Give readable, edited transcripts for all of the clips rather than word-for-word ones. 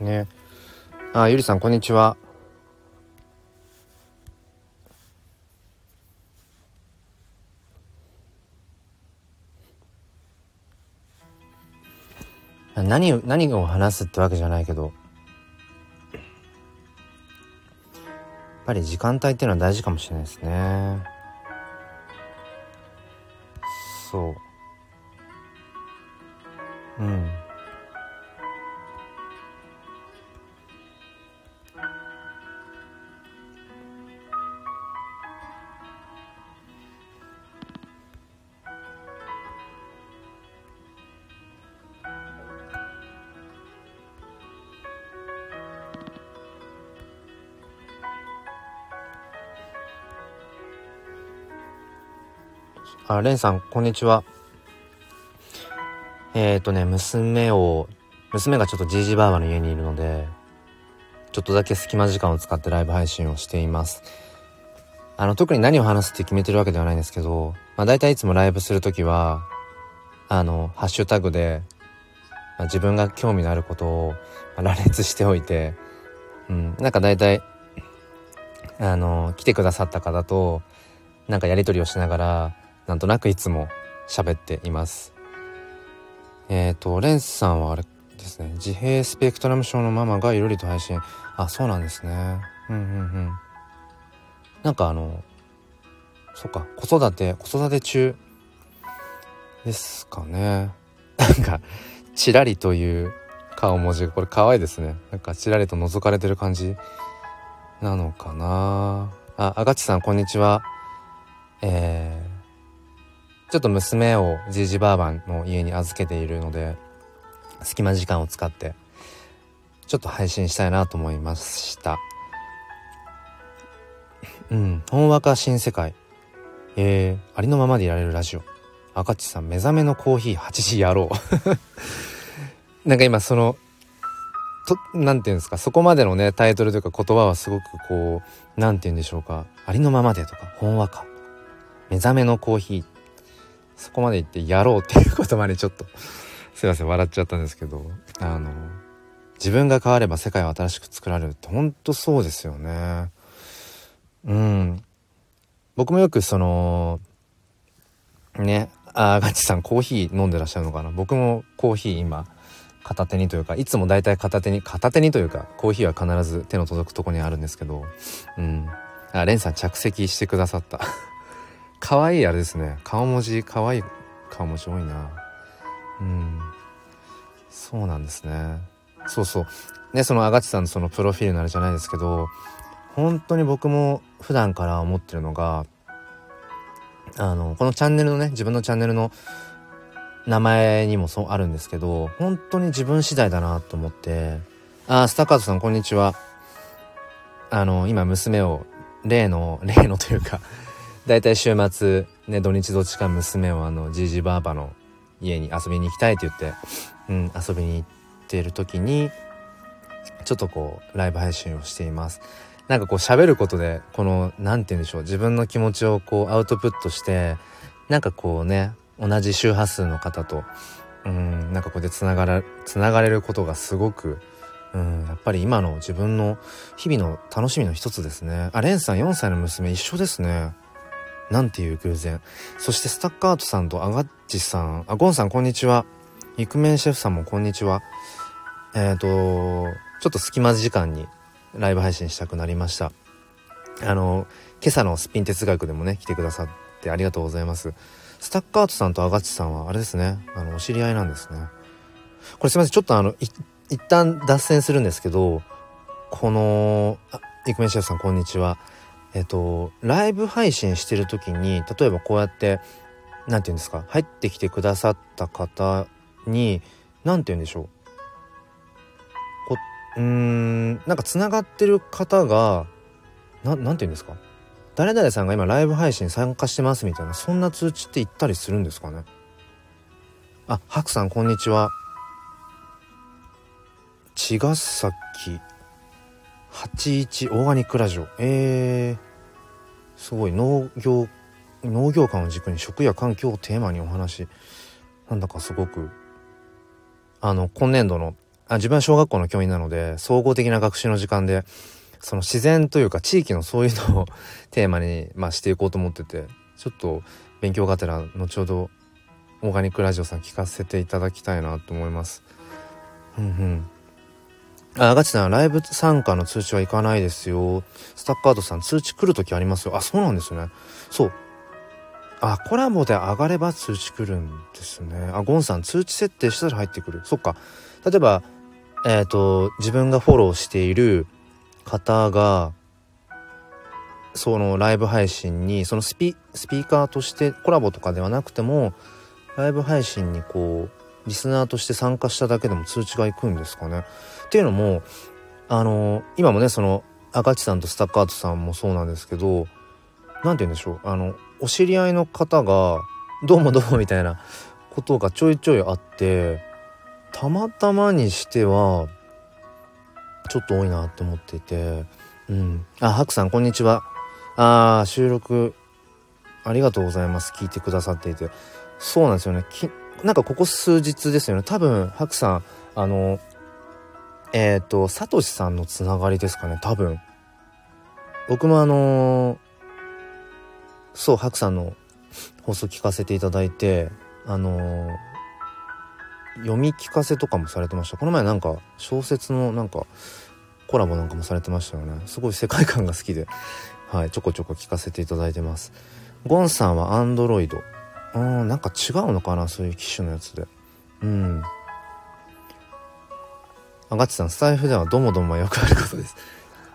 ね。ゆりさんこんにちは。何を話すってわけじゃないけど、やっぱり時間帯っていうのは大事かもしれないですね。そう。レンさんこんにちは。娘がちょっとじいじばあばの家にいるので、ちょっとだけ隙間時間を使ってライブ配信をしています。特に何を話すって決めてるわけではないんですけど、だいたいいつもライブするときはハッシュタグで、自分が興味のあることを羅列しておいて、なんかだいたい来てくださった方となんかやり取りをしながら、なんとなくいつも喋っています。レンさんはあれですね、自閉スペクトラム症のママがゆるりと配信。そうなんですね。なんかそっか、子育て中ですかね。なんかちらりという顔文字がこれ可愛いですね。なんかちらりと覗かれてる感じなのかな。あがちさんこんにちは。ちょっと娘をじいじばあばの家に預けているので、隙間時間を使ってちょっと配信したいなと思いました。ほんわか新世界、ありのままでいられるラジオ。赤地さん、目覚めのコーヒー8時やろうなんか今なんていうんですか、そこまでのねタイトルというか言葉はすごくこう、なんていうんでしょうか、ありのままでとかほんわか、目覚めのコーヒー、そこまで言ってやろうっていう言葉にちょっとすいません笑っちゃったんですけど、自分が変われば世界は新しく作られるって本当そうですよね。僕もよくガチさんコーヒー飲んでらっしゃるのかな。僕もコーヒー今片手にというか、いつもだいたい片手にというか、コーヒーは必ず手の届くとこにあるんですけど、レンさん着席してくださった可愛いあれですね、顔文字、可愛い顔文字多いな。そうなんですね。そうね、そのあがちさんのそのプロフィールのあれじゃないですけど、本当に僕も普段から思ってるのが、このチャンネルのね、自分のチャンネルの名前にもそうあるんですけど、本当に自分次第だなと思って。スタッカートさんこんにちは。今娘を例のというかだいたい週末ね、土日どっちか娘をじいじばあばの家に遊びに行きたいって言って、遊びに行っている時にちょっとこうライブ配信をしています。なんかこう喋ることで、このなんて言うんでしょう、自分の気持ちをこうアウトプットして、なんかこうね、同じ周波数の方となんかこうでつながれることがすごくやっぱり今の自分の日々の楽しみの一つですね。レンさん4歳の娘一緒ですね。なんていう偶然。そしてスタッカートさんとアガッチさん、ゴンさんこんにちは。イクメンシェフさんもこんにちは。ちょっと隙間時間にライブ配信したくなりました。今朝のスピン哲学でもね来てくださってありがとうございます。スタッカートさんとアガッチさんはあれですね、お知り合いなんですね。これすいません、ちょっと一旦脱線するんですけど、このイクメンシェフさんこんにちは。ライブ配信してる時に、例えばこうやってなんて言うんですか、入ってきてくださった方になんて言うんでしょう、なんかつながってる方がなんて言うんですか、誰々さんが今ライブ配信参加してますみたいな、そんな通知って行ったりするんですかね。ハクさんこんにちは。茅ヶ崎81オーガニックラジオ、すごい農業界を軸に食や環境をテーマにお話。なんだかすごく今年度の自分は小学校の教員なので、総合的な学習の時間でその自然というか地域のそういうのをテーマに、していこうと思ってて、ちょっと勉強がてら後ほどオーガニックラジオさん聞かせていただきたいなと思います。ガチさん、ライブ参加の通知はいかないですよ。スタッカードさん、通知来るときありますよ。そうなんですね。そう、コラボで上がれば通知来るんですね。ゴンさん、通知設定したら入ってくる。そっか。例えば自分がフォローしている方がそのライブ配信にそのスピーカーとしてコラボとかではなくてもライブ配信にこうリスナーとして参加しただけでも通知がいくんですかね。っていうのも今もね、その赤地さんとスタッカートさんもそうなんですけど、なんて言うんでしょう、お知り合いの方がどうもどうもみたいなことがちょいちょいあって、たまたまにしてはちょっと多いなって思っていて、ハクさんこんにちは。収録ありがとうございます。聞いてくださっていて。そうなんですよね。なんかここ数日ですよね。多分ハクさんサトシさんのつながりですかね。多分僕もそうハクさんの放送聞かせていただいて、読み聞かせとかもされてました。この前なんか小説のなんかコラボなんかもされてましたよね。すごい世界観が好きで、ちょこちょこ聞かせていただいてます。ゴンさんはアンドロイド、なんか違うのかな、そういう機種のやつで。ガチさん、スタイフではドモドモはよくあることです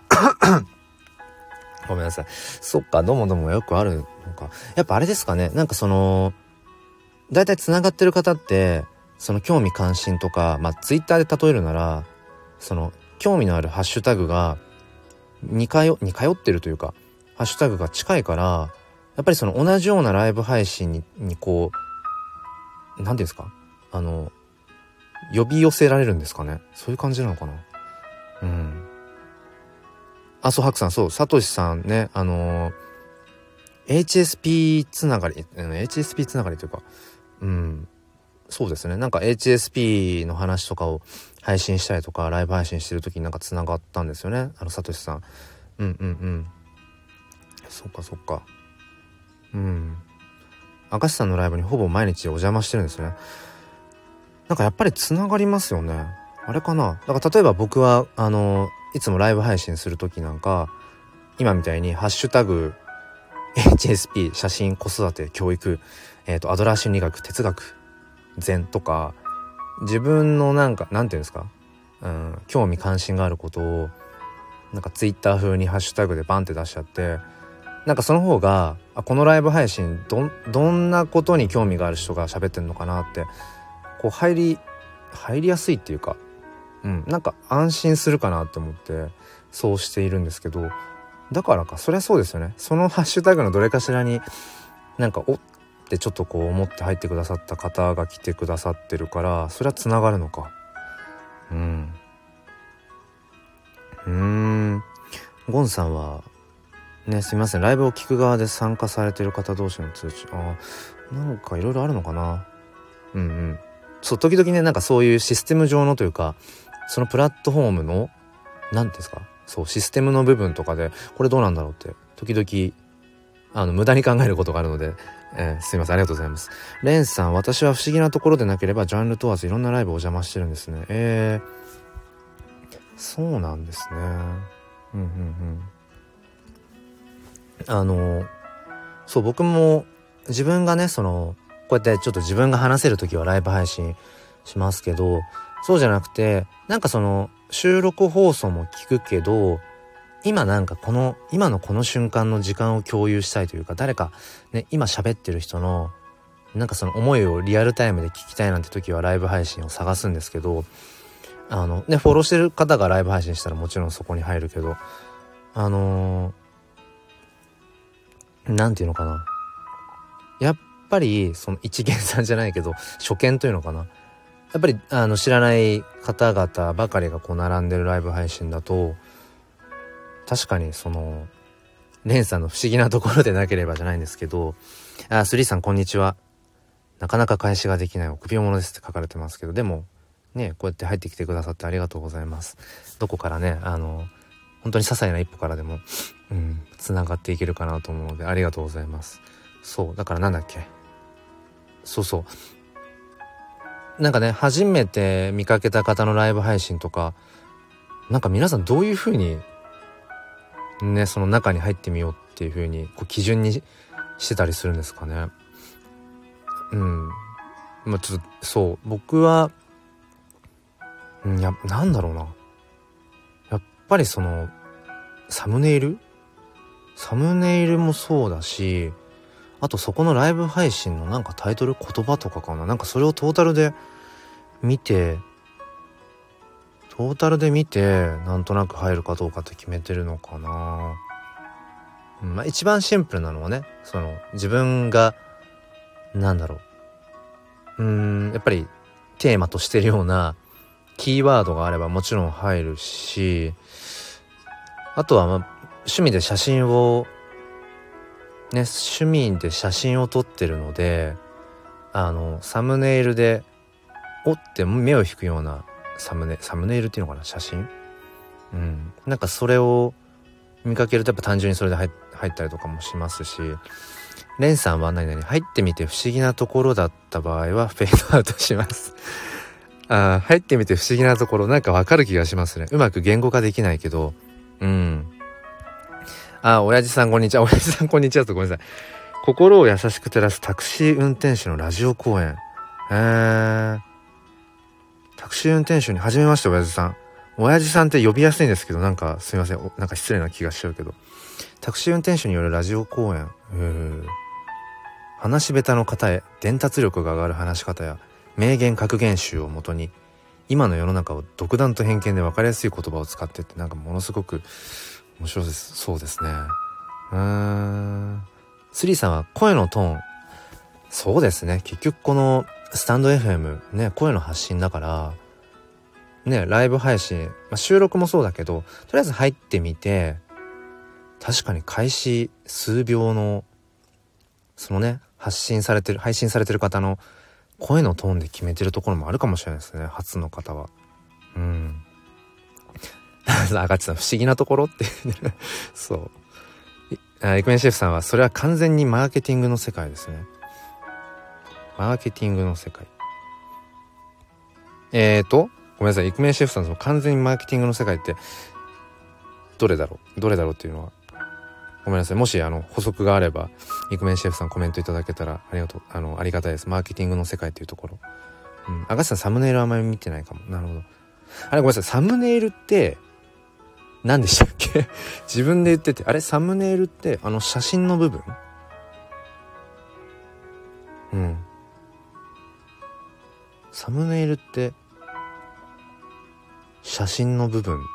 ごめんなさい。そっか、ドモドモはよくあるのか。やっぱあれですかね、なんかそのだいたいつながってる方ってその興味関心とか、ツイッターで例えるならその興味のあるハッシュタグが似通ってるというか、ハッシュタグが近いから、やっぱりその同じようなライブ配信にこう、なんていうんですか、呼び寄せられるんですかね。そういう感じなのかな。そう、ハクさん、そう、サトシさんね、HSP つながり、HSP つながりというか、そうですね。なんか HSP の話とかを配信したりとか、ライブ配信してる時になんかつながったんですよね。サトシさん。そっかそっか。明石さんのライブにほぼ毎日お邪魔してるんですね。なんかやっぱりつながりますよね。あれかな。だから例えば僕はいつもライブ配信する時なんか、今みたいにハッシュタグ HSP 写真子育て教育アドラー心理学哲学禅とか、自分のなんていうんですか、興味関心があることをなんかツイッター風にハッシュタグでバンって出しちゃって、なんかその方がこのライブ配信どんなことに興味がある人が喋ってんのかなってこう入りやすいっていうか、なんか安心するかなと思ってそうしているんですけど、だからか、そりゃそうですよね。そのハッシュタグのどれかしらになんかおってちょっとこう思って入ってくださった方が来てくださってるから、それはつながるのか。ゴンさんはね、すみません、ライブを聞く側で参加されてる方同士の通知、なんかいろいろあるのかな。そう、時々ね、なんかそういうシステム上のというか、そのプラットフォームのなんですか、そうシステムの部分とかでこれどうなんだろうって時々無駄に考えることがあるので、すいません、ありがとうございます。レンさん、私は不思議なところでなければジャンル問わずいろんなライブをお邪魔してるんですね。そうなんですね。そう、僕も自分がね、こうやってちょっと自分が話せるときはライブ配信しますけど、そうじゃなくて、なんか収録放送も聞くけど、今のこの瞬間の時間を共有したいというか、誰かね、今喋ってる人のなんかその思いをリアルタイムで聞きたいなんて時はライブ配信を探すんですけど、フォローしてる方がライブ配信したらもちろんそこに入るけど、なんていうのかな、やっぱりその一見さんじゃないけど初見というのかな、やっぱり知らない方々ばかりがこう並んでるライブ配信だと、確かにレンさんの不思議なところでなければじゃないんですけど、スリーさんこんにちは。なかなか返しができない臆病者ですって書かれてますけど、でもね、こうやって入ってきてくださってありがとうございます。どこからね、本当に些細な一歩からでも、つながっていけるかなと思うのでありがとうございます。そう、だからなんだっけ。そうそう。なんかね、初めて見かけた方のライブ配信とか、なんか皆さんどういう風にね、その中に入ってみようっていう風にこう基準にしてたりするんですかね。まあちょっとそう僕は、なんだろうな。やっぱりそのサムネイルもそうだし、あとそこのライブ配信のなんかタイトル言葉とかかな。なんかそれをトータルで見てなんとなく入るかどうかって決めてるのかな。まあ一番シンプルなのはね、その自分がなんだろう、やっぱりテーマとしてるようなキーワードがあればもちろん入るし、あとは趣味で写真を撮ってるので、サムネイルでおって目を引くようなサムネイルっていうのかな、写真、なんかそれを見かけるとやっぱ単純にそれで入ったりとかもしますし、レンさんは入ってみて不思議なところだった場合はフェードアウトします入ってみて不思議なところ、なんかわかる気がしますね。うまく言語化できないけど、親父さんこんにちは。親父さんこんにちはと、ごめんなさい。心を優しく照らすタクシー運転手のラジオ公演。タクシー運転手に初めまして。親父さん。親父さんって呼びやすいんですけど、なんかすいません、なんか失礼な気がしちゃうけど、タクシー運転手によるラジオ公演。話し下手の方へ伝達力が上がる話し方や名言格言集をもとに今の世の中を独断と偏見で分かりやすい言葉を使ってって、なんかものすごく面白いです。そうですね。スリーさんは声のトーン、そうですね。結局このスタンド FM ね、声の発信だからね、ライブ配信、収録もそうだけど、とりあえず入ってみて、確かに開始数秒のそのね、配信されてる方の声のトーンで決めてるところもあるかもしれないですね、初の方は。赤地さん不思議なところってそうイクメンシェフさんはそれは完全にマーケティングの世界ですね。マーケティングの世界、ごめんなさい、イクメンシェフさん、その完全にマーケティングの世界ってどれだろうっていうのはごめんなさい。もし補足があればイクメンシェフさんコメントいただけたらありがたいです。マーケティングの世界っていうところ。赤地さんサムネイルあんまり見てないかも。なるほど。あれごめんなさい、サムネイルって何でしたっけ自分で言ってて、あれサムネイルって写真の部分、サムネイルって写真の部分、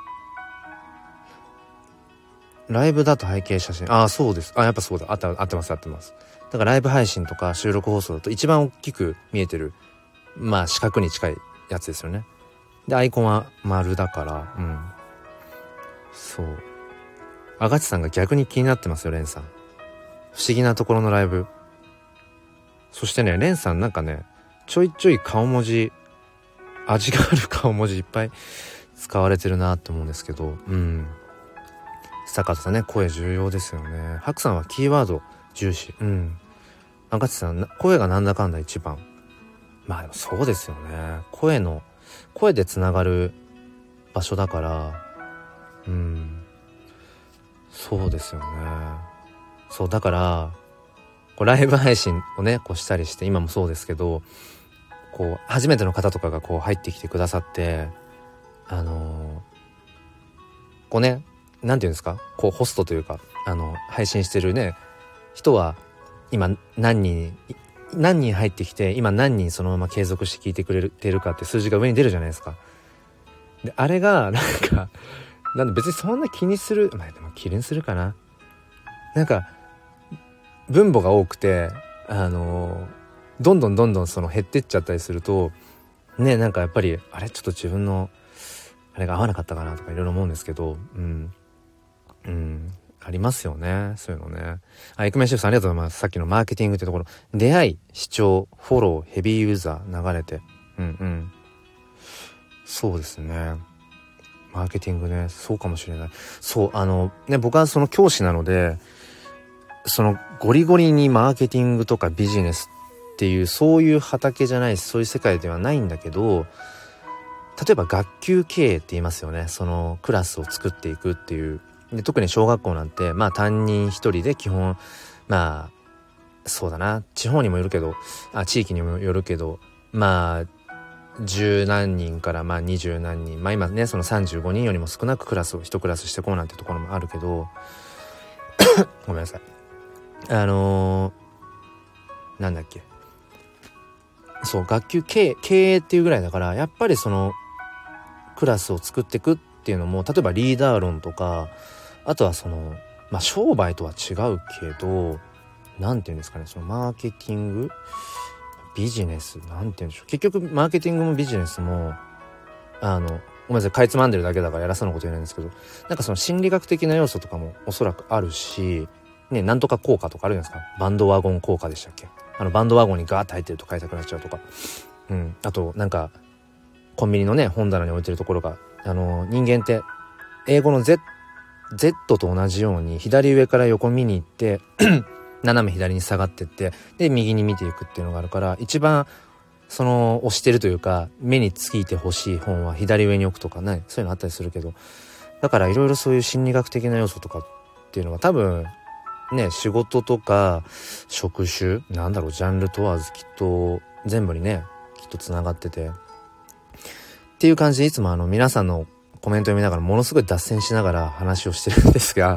ライブだと背景写真、そうです。やっぱそうだ、合ってます。だからライブ配信とか収録放送だと一番大きく見えてる四角に近いやつですよね。でアイコンは丸だから、そう赤地さんが逆に気になってますよ、レンさん。不思議なところのライブ。そしてね、レンさんなんかね、ちょいちょい顔文字、味がある顔文字いっぱい使われてるなって思うんですけど、坂田さんね、声重要ですよね。ハクさんはキーワード重視。赤地さん声がなんだかんだ一番。そうですよね。声でつながる場所だから、そうですよね。そうだからライブ配信をねしたりして、今もそうですけど、初めての方とかが入ってきてくださって、なんていうんですか、ホストというか配信してるね人は今何人入ってきて、今何人そのまま継続して聞いてくれてるかって数字が上に出るじゃないですか。であれがなんで別にそんな気にする、でも気にするかな。なんか分母が多くてどんどんその減ってっちゃったりするとね、なんかやっぱりあれちょっと自分のあれが合わなかったかなとかいろいろ思うんですけど、ありますよね、そういうのね。イクメンシェフさんありがとうございます。さっきのマーケティングってところ、出会い、視聴、フォロー、ヘビーユーザー流れて、 そうですね。マーケティングね、そうかもしれない。そうね、僕はその教師なので、そのゴリゴリにマーケティングとかビジネスっていうそういう畑じゃないし、そういう世界ではないんだけど、例えば学級経営って言いますよね。そのクラスを作っていくっていう。で、特に小学校なんて担任一人で基本そうだな、地方にもよるけど、地域にもよるけど、十何人から二十何人、今ねその35人よりも少なくクラスを一クラスしてこうなんてところもあるけどごめんなさい。なんだっけ、そう学級経営っていうぐらいだから、やっぱりそのクラスを作っていくっていうのも、例えばリーダー論とか、あとはその商売とは違うけど、なんていうんですかね、そのマーケティングビジネス、なんていうんでしょう、結局マーケティングもビジネスもごめんなさい、かいつまんでるだけだから偉そうなこと言えないんですけど、なんかその心理学的な要素とかもおそらくあるしね、なんとか効果とかあるじゃないですか。バンドワゴン効果でしたっけ。バンドワゴンにガーッて入ってると買いたくなっちゃうとか、あとなんかコンビニのね本棚に置いてるところが、人間って英語の Z と同じように左上から横見に行って斜め左に下がってって、で右に見ていくっていうのがあるから、一番その推してるというか目についてほしい本は左上に置くとかね、そういうのあったりするけど、だからいろいろそういう心理学的な要素とかっていうのが多分ね、仕事とか職種ジャンル問わずきっと全部にねきっとつながっててっていう感じで、いつも皆さんのコメント読みながらものすごい脱線しながら話をしてるんですが、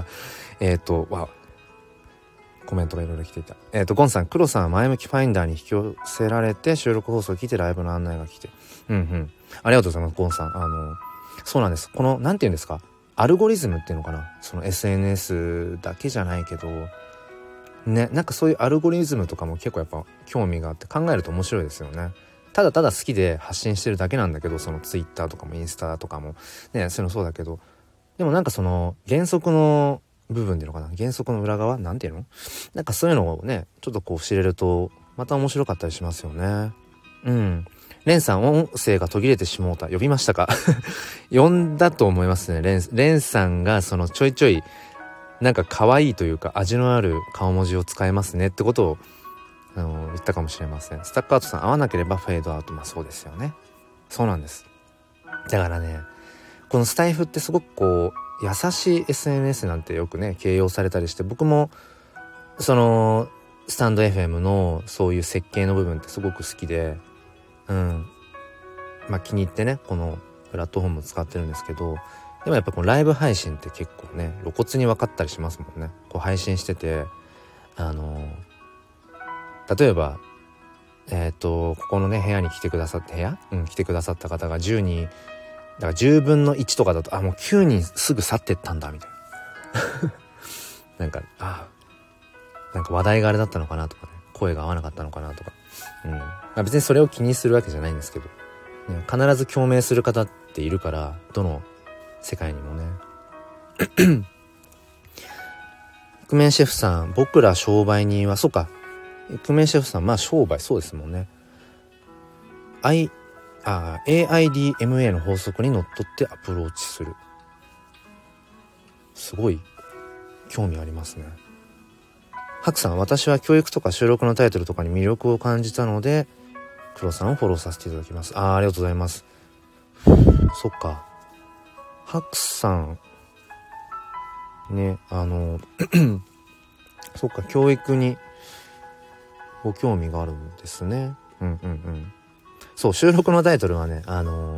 コメントがいろいろ来ていた。ゴンさん、黒さんは前向きファインダーに引き寄せられて収録放送を聞いてライブの案内が来て、ありがとうございます。ゴンさん、そうなんです。このなんていうんですか、アルゴリズムっていうのかな、その SNS だけじゃないけどね、なんかそういうアルゴリズムとかも結構やっぱ興味があって考えると面白いですよね。ただただ好きで発信してるだけなんだけど、そのツイッターとかもインスタとかもね、そういうのそうだけど、でもなんかその原則の部分っていうのかな、原則の裏側なんていうの、なんかそういうのをねちょっとこう知れるとまた面白かったりしますよね。レンさん、音声が途切れてしもうた。呼びましたか呼んだと思いますね。レンさんがそのちょいちょいなんか可愛いというか味のある顔文字を使えますねってことを言ったかもしれません。スタッカートさん、合わなければフェードアウト。そうですよね。そうなんです。だからね、このスタイフってすごくこう優しい SNS なんてよくね形容されたりして、僕もそのスタンド FM のそういう設計の部分ってすごく好きで、気に入ってねこのプラットフォームを使ってるんですけど、でもやっぱこのライブ配信って結構ね露骨に分かったりしますもんね。こう配信してて例えばここのね部屋に来てくださって来てくださった方が10人だから10分の1とかだと、もう9人すぐ去ってったんだみたいななんか話題があれだったのかなとかね、声が合わなかったのかなとか、別にそれを気にするわけじゃないんですけど、必ず共鳴する方っているから、どの世界にもねイクメンシェフさん、僕ら商売人は、そうか、イクメンシェフさん、商売そうですもんね。AIDMA の法則にのっとってアプローチする。すごい興味ありますね。ハクさん、私は教育とか収録のタイトルとかに魅力を感じたので黒さんをフォローさせていただきます。ありがとうございます。そっか、ハクさんね、そっか、教育にご興味があるんですね。そう、収録のタイトルはね、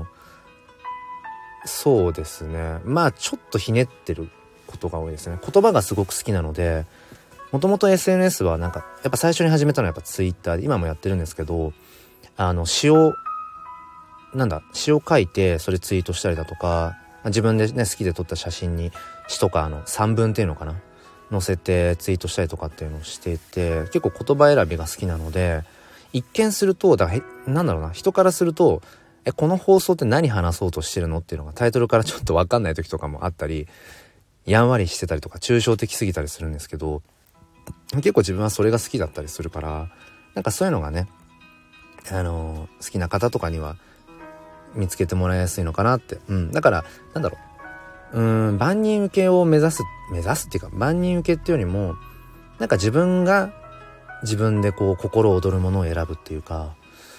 そうですね、ちょっとひねってることが多いですね。言葉がすごく好きなので、もともと SNS はなんかやっぱ最初に始めたのはやっぱツイッターで、今もやってるんですけど、詩を書いてそれツイートしたりだとか、自分でね好きで撮った写真に詩とか散文っていうのかな載せてツイートしたりとかっていうのをしていて、結構言葉選びが好きなので、一見すると人からするとこの放送って何話そうとしてるのっていうのがタイトルからちょっと分かんない時とかもあったり、やんわりしてたりとか抽象的すぎたりするんですけど、結構自分はそれが好きだったりするから、なんかそういうのがね好きな方とかには見つけてもらいやすいのかなって。だからなんだろう、万人受けを目指すっていうか、万人受けっていうよりもなんか自分が自分でこう心躍るものを選ぶっていうか、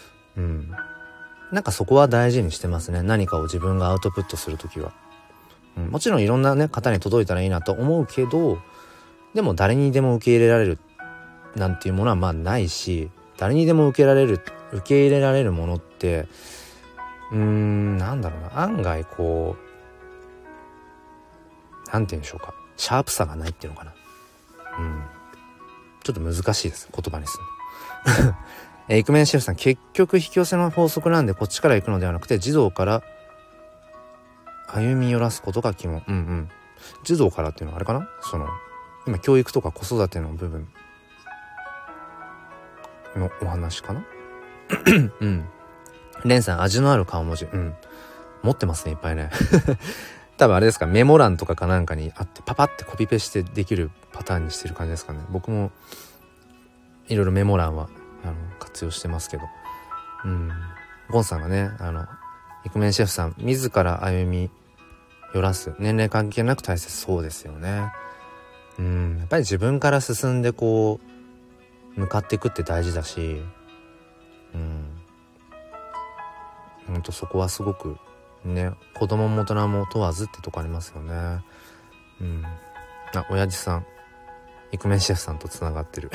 なんかそこは大事にしてますね。何かを自分がアウトプットするときは、もちろんいろんなね方に届いたらいいなと思うけど、でも誰にでも受け入れられるなんていうものはまあないし、誰にでも受け入れられるものってなんだろうな、案外こうなんて言うんでしょうか、シャープさがないっていうのかな。ちょっと難しいです言葉にするイクメンシェフさん、結局引き寄せの法則なんでこっちから行くのではなくて児童から歩み寄らすことが基本。児童からっていうのはあれかな、その今教育とか子育ての部分のお話かなレンさん、味のある顔文字、持ってますねいっぱいね多分あれですか、メモ欄とかなんかにあってパパってコピペしてできるパターンにしてる感じですかね。僕もいろいろメモ欄は活用してますけど、ゴンさんがねイクメンシェフさん、自ら歩み寄らす、年齢関係なく大切。そうですよね。やっぱり自分から進んでこう向かっていくって大事だし、ほんとそこはすごくね、子供も大人も問わずってとこありますよね。親父さん、イクメンシェフさんとつながってる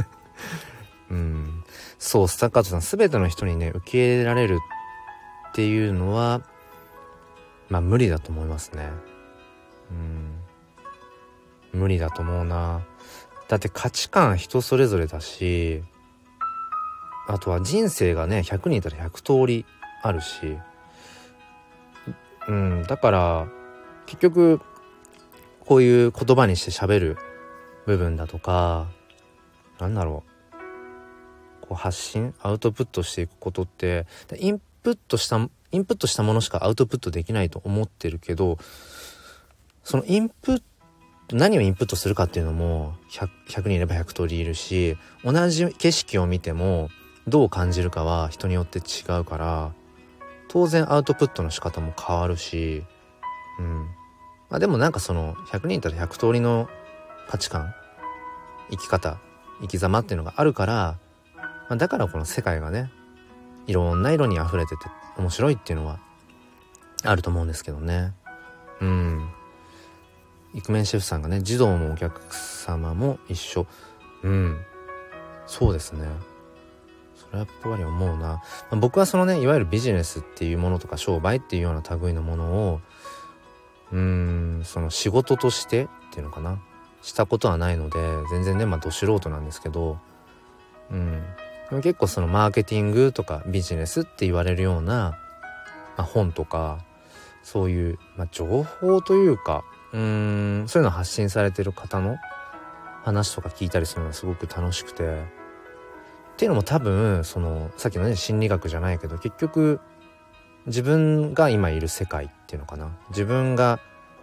そう、スタッカートさん、全ての人にね受け入れられるっていうのはまあ無理だと思いますね。無理だと思うな。だって価値観人それぞれだし、あとは人生がね100人いたら100通りあるし、だから結局こういう言葉にして喋る部分だとか、なんだろう、こう発信アウトプットしていくことってインプットしたものしかアウトプットできないと思ってるけど、その何をインプットするかっていうのも 100人いれば100通りいるし、同じ景色を見てもどう感じるかは人によって違うから、当然アウトプットの仕方も変わるし、でもなんかその100人いたら100通りの価値観、生き方、生き様っていうのがあるから、だからこの世界がねいろんな色に溢れてて面白いっていうのはあると思うんですけどね。イクメンシェフさんがね、児童もお客様も一緒。そうですね。それはやっぱり思うな。僕はそのね、いわゆるビジネスっていうものとか商売っていうような類のものをその仕事としてっていうのかな、したことはないので全然ねど素人なんですけど、でも結構そのマーケティングとかビジネスって言われるような、本とかそういう、情報というかそういうのを発信されてる方の話とか聞いたりするのがすごく楽しくて、っていうのも多分そのさっきのね心理学じゃないけど、結局自分が今いる世界っていうのかな、自分の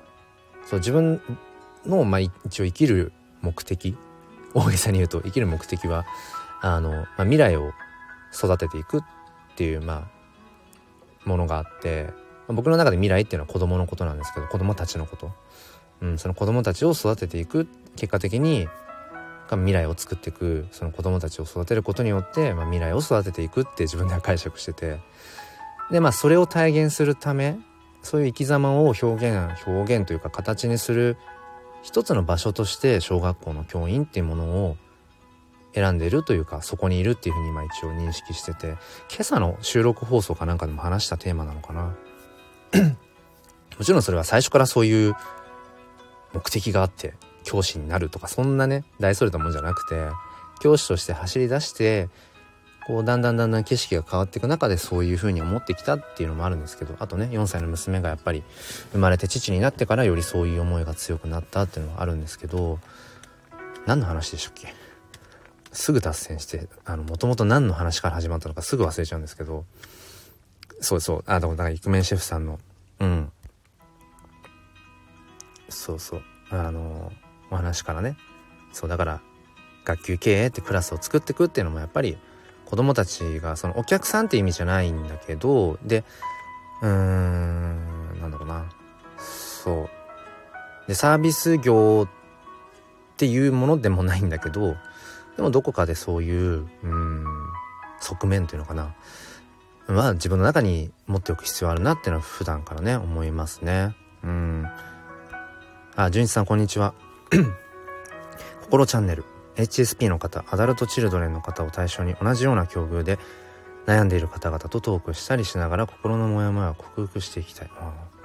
一応生きる目的、大げさに言うと生きる目的は未来を育てていくっていうものがあって、僕の中で未来っていうのは子供のことなんですけど、子供たちのこと、その子供たちを育てていく、結果的に未来を作っていく、その子供たちを育てることによって、未来を育てていくって自分では解釈してて、でそれを体現するため、そういう生き様を表現というか形にする一つの場所として小学校の教員っていうものを選んでいるというか、そこにいるっていうふうに今一応認識してて、今朝の収録放送かなんかでも話したテーマなのかなもちろんそれは最初からそういう目的があって教師になるとか、そんなね大それたもんじゃなくて、教師として走り出してこうだんだん景色が変わっていく中でそういう風に思ってきたっていうのもあるんですけど、あとね4歳の娘がやっぱり生まれて父になってからよりそういう思いが強くなったっていうのはあるんですけど、何の話でしたっけ、すぐ脱線して、もともと何の話から始まったのかすぐ忘れちゃうんですけど、だからイクメンシェフさんのお話からね、だから学級経営ってクラスを作っていくっていうのもやっぱり子どもたちがそのお客さんって意味じゃないんだけど、でなんだろうな、そうでサービス業っていうものでもないんだけど、でもどこかでそういう側面というのかな、自分の中に持っておく必要あるなっていうのは普段からね思いますね。純一さんこんにちは。心チャンネル HSP の方、アダルトチルドレンの方を対象に同じような境遇で悩んでいる方々とトークしたりしながら心のモヤモヤを克服していきたい。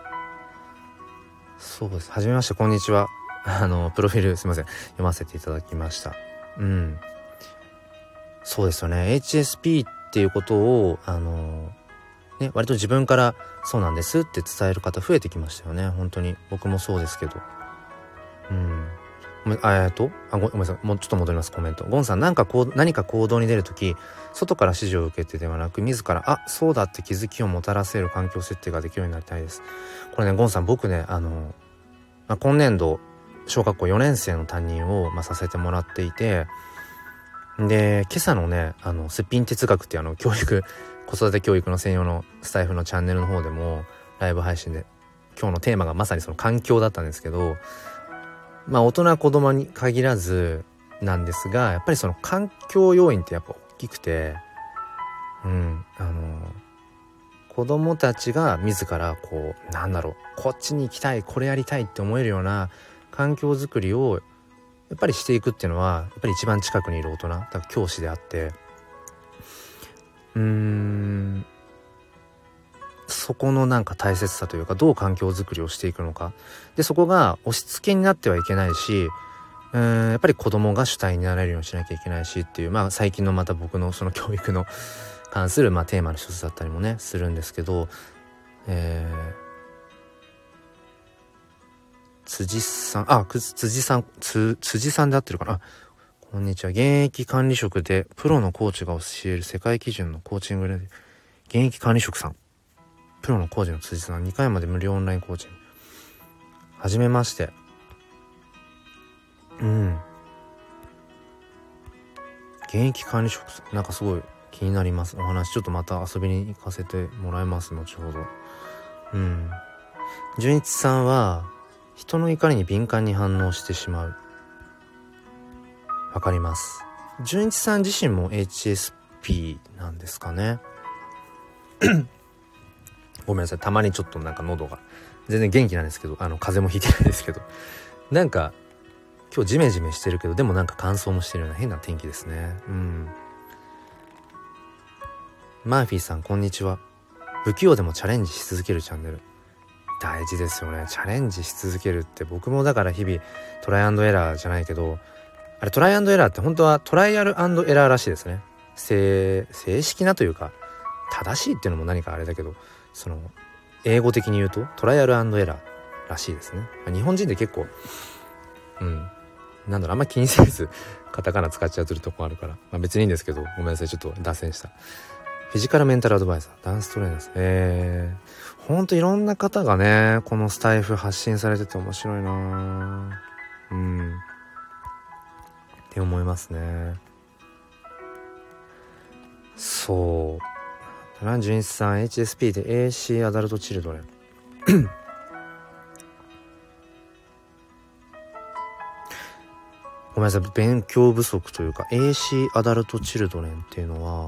そうです。はじめまして、こんにちは。プロフィールすいません、読ませていただきました。そうですよね。HSP っていうことを割と自分からそうなんですって伝える方増えてきましたよね。本当に僕もそうですけど。ごめんなさい、もうちょっと戻ります。コメント。ゴンさん、何か行動に出るとき、外から指示を受けてではなく、自らそうだって気づきをもたらせる環境設定ができるようになりたいです。これね、ゴンさん、僕ね今年度小学校4年生の担任を、させてもらっていて、で今朝のねすっぴん哲学っていう子育て教育の専用のスタイフのチャンネルの方でもライブ配信で今日のテーマがまさにその環境だったんですけど、大人子供に限らずなんですが、やっぱりその環境要因ってやっぱ大きくて、子供たちが自らこっちに行きたい、これやりたいって思えるような環境づくりをやっぱりしていくっていうのは、やっぱり一番近くにいる大人、だから教師であって、そこの大切さというか、どう環境づくりをしていくのかで、そこが押し付けになってはいけないし、やっぱり子供が主体になれるようにしなきゃいけないしっていう、最近のまた僕のその教育の関するテーマの一つだったりもねするんですけど、辻さんで合ってるかな。こんにちは。現役管理職でプロのコーチが教える世界基準のコーチングで、現役管理職さん、プロのコーチの辻さん、2回まで無料オンラインコーチング。はじめまして。現役管理職さん、すごい気になります。お話ちょっとまた遊びに行かせてもらいます、後ほど。純一さんは人の怒りに敏感に反応してしまう。わかります。純一さん自身も HSP なんですかね。ごめんなさい、たまにちょっと喉が全然元気なんですけど、風邪もひいてないですけど、今日ジメジメしてるけど、でも乾燥もしてるような変な天気ですね。マーフィーさんこんにちは。不器用でもチャレンジし続けるチャンネル、大事ですよね。チャレンジし続けるって、僕もだから日々トライアンドエラーじゃないけど、あれトライアンドエラーって本当はトライアルアンドエラーらしいですね。正式なというか正しいっていうのも何かあれだけど、その英語的に言うとトライアルアンドエラーらしいですね。日本人で結構あんま気にせずカタカナ使っちゃうとこあるから、別にいいんですけど、ごめんなさい、ちょっと脱線した。フィジカルメンタルアドバイザー、ダンストレーナーです。ほんといろんな方がねこのスタイフ発信されてて面白いなって思いますね。そうランジュンスさん HSP で AC アダルトチルドレンごめんなさい、勉強不足というか、 AC アダルトチルドレンっていうのは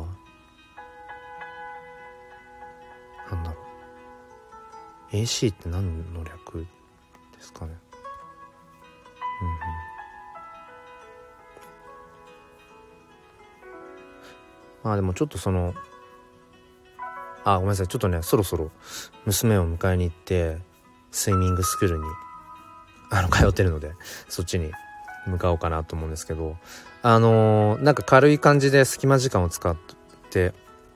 なんだろう。 AC って何の略ですかね。でもちょっとごめんなさい、ちょっとねそろそろ娘を迎えに行ってスイミングスクールに通ってるので、そっちに向かおうかなと思うんですけど、軽い感じで隙間時間を使って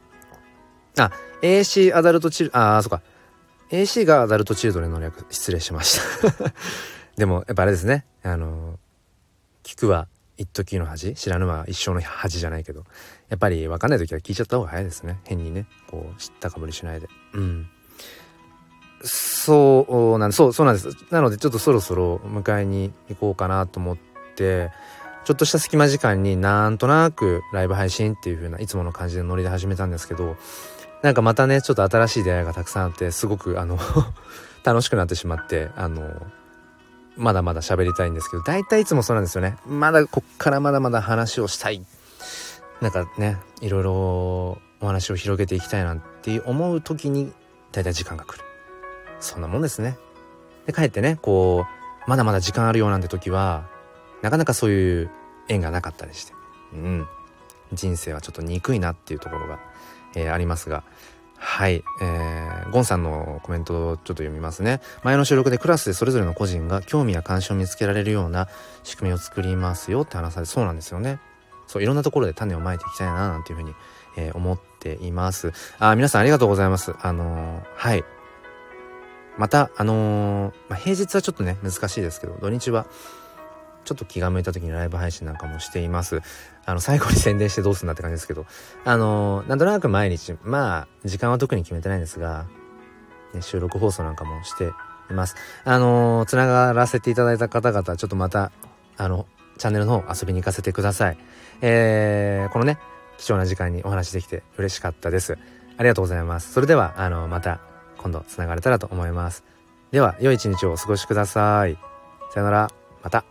AC アダルトチルそうか AC がアダルトチルドレンの略、失礼しましたでもやっぱあれですね、聞くは一時の恥、知らぬは一生の恥じゃないけど、やっぱり分かんない時は聞いちゃった方が早いですね。変にね知ったかぶりしないで。そうなんです。なのでちょっとそろそろ迎えに行こうかなと思って、ちょっとした隙間時間になんとなくライブ配信っていう風ないつもの感じでノリで始めたんですけど、 なんかまたねちょっと新しい出会いがたくさんあって、すごく楽しくなってしまって、まだまだ喋りたいんですけど、だいたいいつもそうなんですよね。まだこっからまだまだ話をしたい、なんかねいろいろお話を広げていきたいなって思う時にだいたい時間が来る。そんなもんですね。で帰ってねこうまだまだ時間あるようなんて時はなかなかそういう縁がなかったりして、人生はちょっと憎いなっていうところが、ありますが、はい、ゴンさんのコメントをちょっと読みますね。前の収録でクラスでそれぞれの個人が興味や関心を見つけられるような仕組みを作りますよって話されて、そうなんですよね。そういろんなところで種をまいていきたいななんていうふうに、思っています。皆さんありがとうございます。はいまた平日はちょっとね難しいですけど、土日はちょっと気が向いた時にライブ配信なんかもしています。最後に宣伝してどうすんだって感じですけど、なんとなく毎日時間は特に決めてないんですが、ね、収録放送なんかもしています。つながらせていただいた方々ちょっとまたチャンネルの方遊びに行かせてください。このね貴重な時間にお話できて嬉しかったです。ありがとうございます。それではまた今度つながれたらと思います。では良い一日をお過ごしください。さよなら、また。